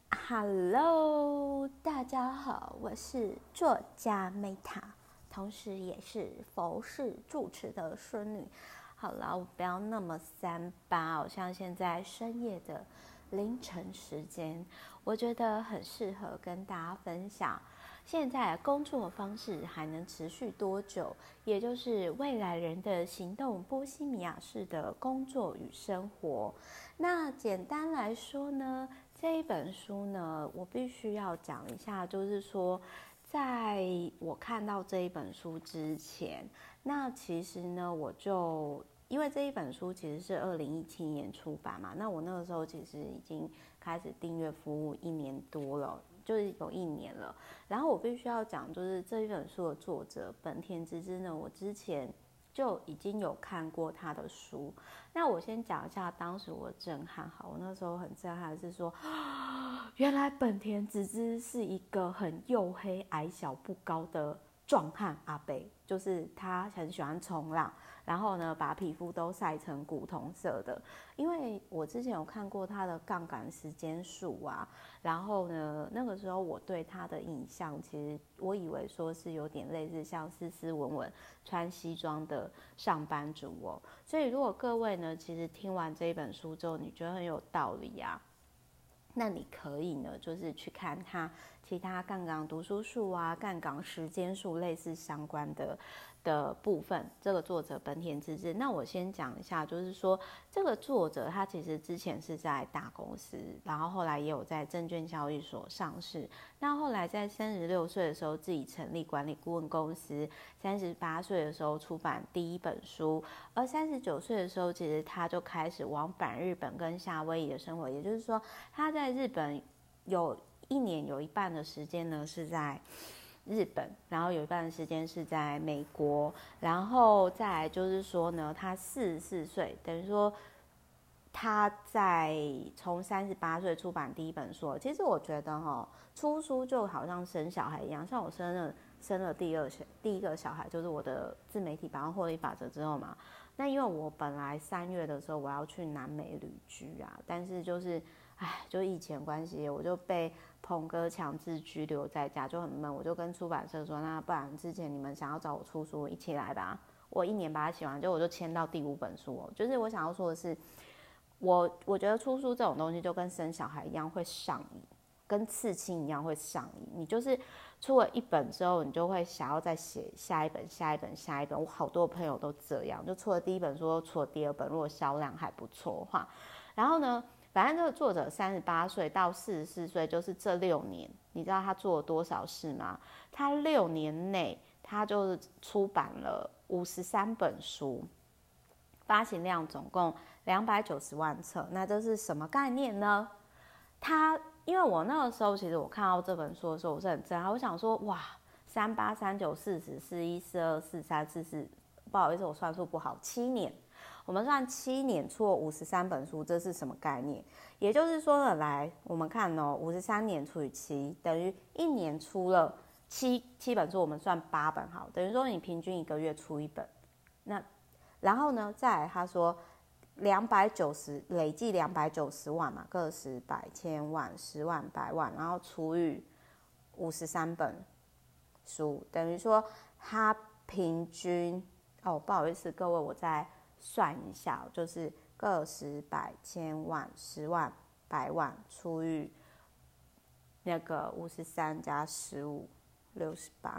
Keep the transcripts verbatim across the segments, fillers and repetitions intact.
Hello，大家好，我是作家 Meta，同时也是佛事住持的孙女。好了，我不要那么三八哦，像现在深夜的凌晨时间，我觉得很适合跟大家分享。现在工作方式还能持续多久？也就是未来人的行动波西米亚式的工作与生活。那简单来说呢，这一本书呢，我必须要讲一下，就是说，在我看到这一本书之前，那其实呢，我就因为这一本书其实是二零一七年出版嘛，那我那个时候其实已经开始订阅服务一年多了。就是有一年了，然后我必须要讲，就是这一本书的作者本田直之呢，我之前就已经有看过他的书。那我先讲一下当时我的震撼，好，我那时候很震撼是说，原来本田直之是一个很黝黑、矮小不高的壮汉阿伯，就是他很喜欢冲浪，然后呢，把皮肤都晒成古铜色的。因为我之前有看过他的杠杆时间术啊，然后呢，那个时候我对他的印象，其实我以为说是有点类似像斯斯文文穿西装的上班族哦。所以如果各位呢，其实听完这一本书之后，你觉得很有道理啊，那你可以呢，就是去看他其他杠杆读书术啊、杠杆时间术类似相关的的部分。这个作者本田直之，那我先讲一下，就是说这个作者他其实之前是在大公司，然后后来也有在证券交易所上市。那后来在三十六岁的时候自己成立管理顾问公司，三十八岁的时候出版第一本书，而三十九岁的时候，其实他就开始往返日本跟夏威夷的生活，也就是说他在日本有一年有一半的时间呢是在日本，然后有一半的时间是在美国，然后再来就是说呢，他四十四岁，等于说他在从三十八岁出版第一本书。其实我觉得哈，出书就好像生小孩一样，像我生了生了第二第一个小孩，就是我的自媒体百万获利法则之后嘛。那因为我本来三月的时候我要去南美旅居啊，但是就是唉，就疫情关系，我就被鹏哥强制居留在家，就很闷。我就跟出版社说，那不然之前你们想要找我出书，一起来吧。我一年把它写完，就我就签到第五本书哦。就是我想要说的是，我我觉得出书这种东西就跟生小孩一样会上瘾，跟刺青一样会上瘾。你就是出了一本之后，你就会想要再写下一本、下一本、下一本。我好多朋友都这样，就出了第一本书，出了第二本，如果销量还不错的话，然后呢？反正这个作者三十八岁到四十四岁，就是这六年，你知道他做了多少事吗？他六年内，他就是出版了五十三本书，发行量总共两百九十万册。那这是什么概念呢？他因为我那个时候，其实我看到这本书的时候，我是很震撼。我想说，哇，三八、三九、四十、四一、四二、四三、四四，不好意思，我算数不好，七年。我们算七年出了五十三本书，这是什么概念？也就是说呢，来我们看哦，五十三年除以七，等于一年出了七七本书，我们算八本好，等于说你平均一个月出一本。那然后呢，再来他说两百九十累计两百九十万嘛，个十百千万十万百万，然后除以五十三本书，等于说他平均哦，不好意思各位，我再算一下，就是个十百千万十万百万除以那个五十三加十五，六十八，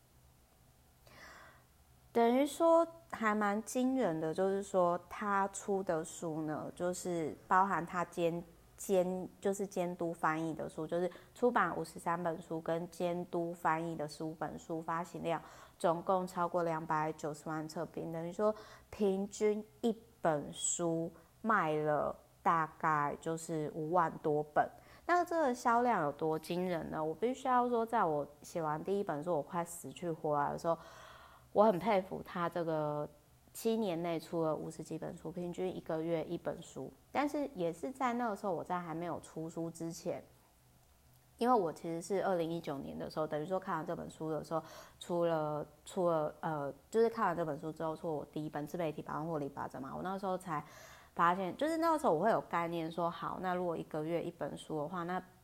等于说还蛮惊人的。就是说他出的书呢，就是包含他监监就是监督翻译的书，就是出版五十三本书跟监督翻译的十五本书，发行量总共超过两百九十万册，平等于说平均一本书卖了大概就是五万多本。那这个销量有多惊人呢？我必须要说，在我写完第一本书我快死去活来的时候，我很佩服他这个七年内出了五十几本书，平均一个月一本书。但是也是在那个时候，我在还没有出书之前，因为我其实是二零一九年的时候，等于说看完这本书的时候，出了出了呃，就是看完这本书之后，出了我第一本自媒体百万获利法则嘛。我那个时候才发现，就是那个时候我会有概念说，好，那如果一个月一本书的话，那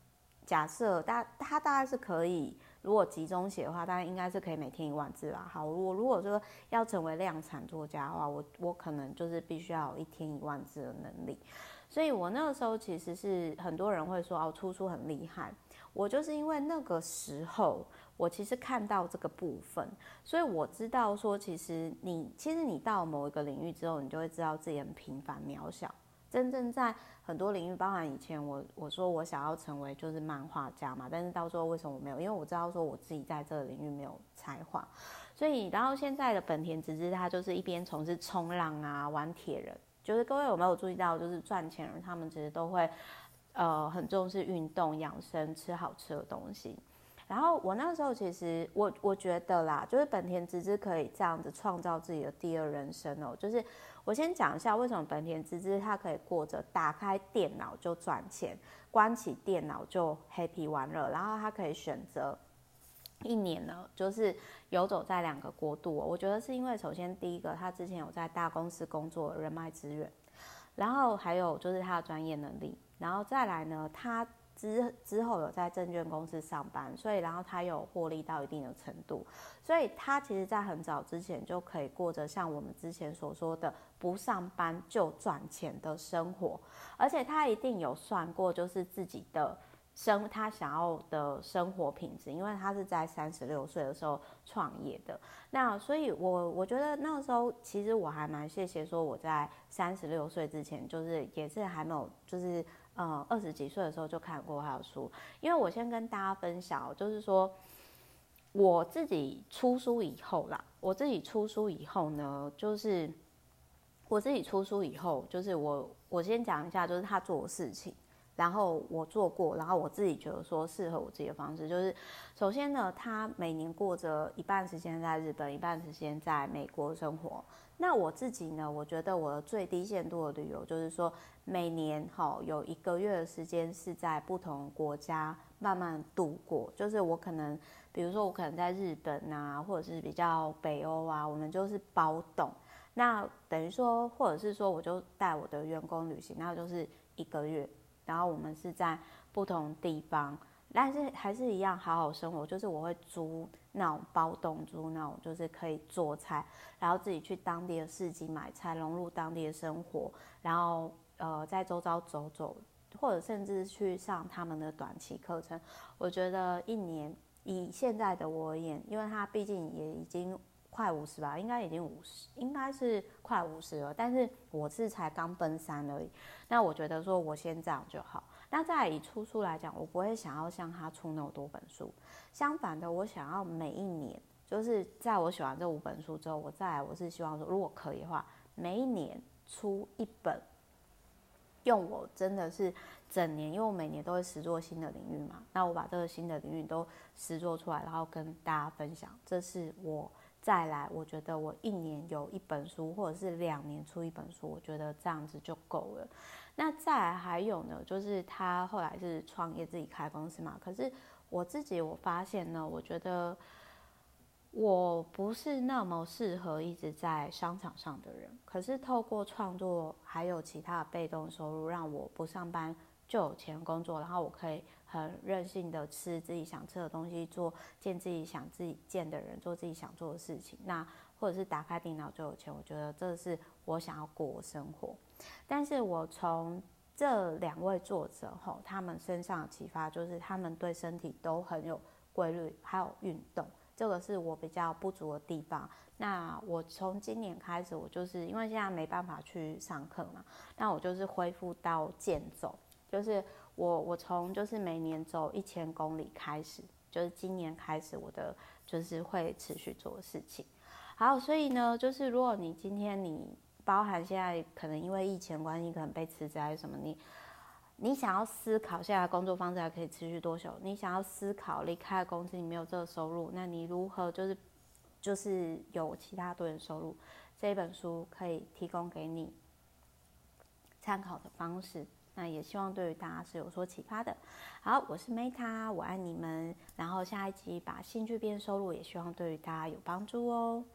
假设大它大概是可以，如果集中写的话，大概应该是可以每天一万字啦。好，我如果说要成为量产作家的话，我我可能就是必须要有一天一万字的能力。所以我那个时候其实是很多人会说哦，出书很厉害。我就是因为那个时候，我其实看到这个部分，所以我知道说，其实你其实你到某一个领域之后，你就会知道自己很平凡渺小。真正在很多领域，包含以前我我说我想要成为就是漫画家嘛，但是到时候为什么我没有？因为我知道说我自己在这个领域没有才华，所以然后现在的本田直之他就是一边从事冲浪啊、玩铁人，就是各位有没有注意到，就是赚钱人他们其实都会呃很重视运动、养生、吃好吃的东西。然后我那时候其实我我觉得啦，就是本田直之可以这样子创造自己的第二人生哦。就是我先讲一下为什么本田直之他可以过着打开电脑就赚钱，关起电脑就 happy 玩乐，然后他可以选择一年呢，就是游走在两个国度哦。我觉得是因为首先第一个，他之前有在大公司工作人脉资源，然后还有就是他的专业能力，然后再来呢，他之之后有在证券公司上班，所以然后他有获利到一定的程度，所以他其实在很早之前就可以过着像我们之前所说的不上班就赚钱的生活，而且他一定有算过就是自己的生他想要的生活品质，因为他是在三十六岁的时候创业的。那所以我我觉得那个时候其实我还蛮谢谢说我在三十六岁之前，就是也是还没有就是呃二十几岁的时候就看过他的书。因为我先跟大家分享，就是说我自己出书以后啦，我自己出书以后呢，就是我自己出书以后，就是我我先讲一下，就是他做的事情。然后我做过，然后我自己觉得说适合我自己的方式，就是首先呢，他每年过着一半时间在日本，一半时间在美国生活。那我自己呢，我觉得我的最低限度的旅游就是说，每年哈有一个月的时间是在不同国家慢慢度过，就是我可能，比如说我可能在日本啊，或者是比较北欧啊，我们就是包栋。那等于说，或者是说，我就带我的员工旅行，那就是一个月。然后我们是在不同地方，但是还是一样好好生活。就是我会租那种包栋，租那种就是可以做菜，然后自己去当地的市集买菜，融入当地的生活，然后呃在周遭走走，或者甚至去上他们的短期课程。我觉得一年以现在的我而言，因为他毕竟也已经快五十吧，应该已经五十，应该是快五十了。但是我是才刚奔三而已。那我觉得说我先这样就好。那再来以出书来讲，我不会想要像他出那么多本书。相反的，我想要每一年，就是在我写完这五本书之后，我再来我是希望说，如果可以的话，每一年出一本。用我真的是整年，因为我每年都会实作新的领域嘛，那我把这个新的领域都实作出来，然后跟大家分享。这是我再来，我觉得我一年有一本书，或者是两年出一本书，我觉得这样子就够了。那再来还有呢，就是他后来是创业自己开公司嘛，可是我自己我发现呢，我觉得我不是那么适合一直在商场上的人，可是透过创作还有其他的被动收入，让我不上班就有钱工作，然后我可以很任性的吃自己想吃的东西，做见自己想自己见的人，做自己想做的事情，那或者是打开电脑就有钱，我觉得这是我想要过的生活。但是我从这两位作者吼，他们身上的启发就是他们对身体都很有规律，还有运动。这个是我比较不足的地方。那我从今年开始，我就是因为现在没办法去上课嘛，那我就是恢复到健走，就是我我从就是每年走一千公里开始，就是今年开始我的就是会持续做的事情。好，所以呢，就是如果你今天你包含现在可能因为疫情关系，可能被辞职还是什么，你。你想要思考现在工作方式还可以持续多久？你想要思考离开公司你没有这个收入，那你如何就是就是有其他多元收入？这一本书可以提供给你参考的方式，那也希望对于大家是有所启发的。好，我是 Meta， 我爱你们。然后下一集把兴趣变收入，也希望对于大家有帮助哦。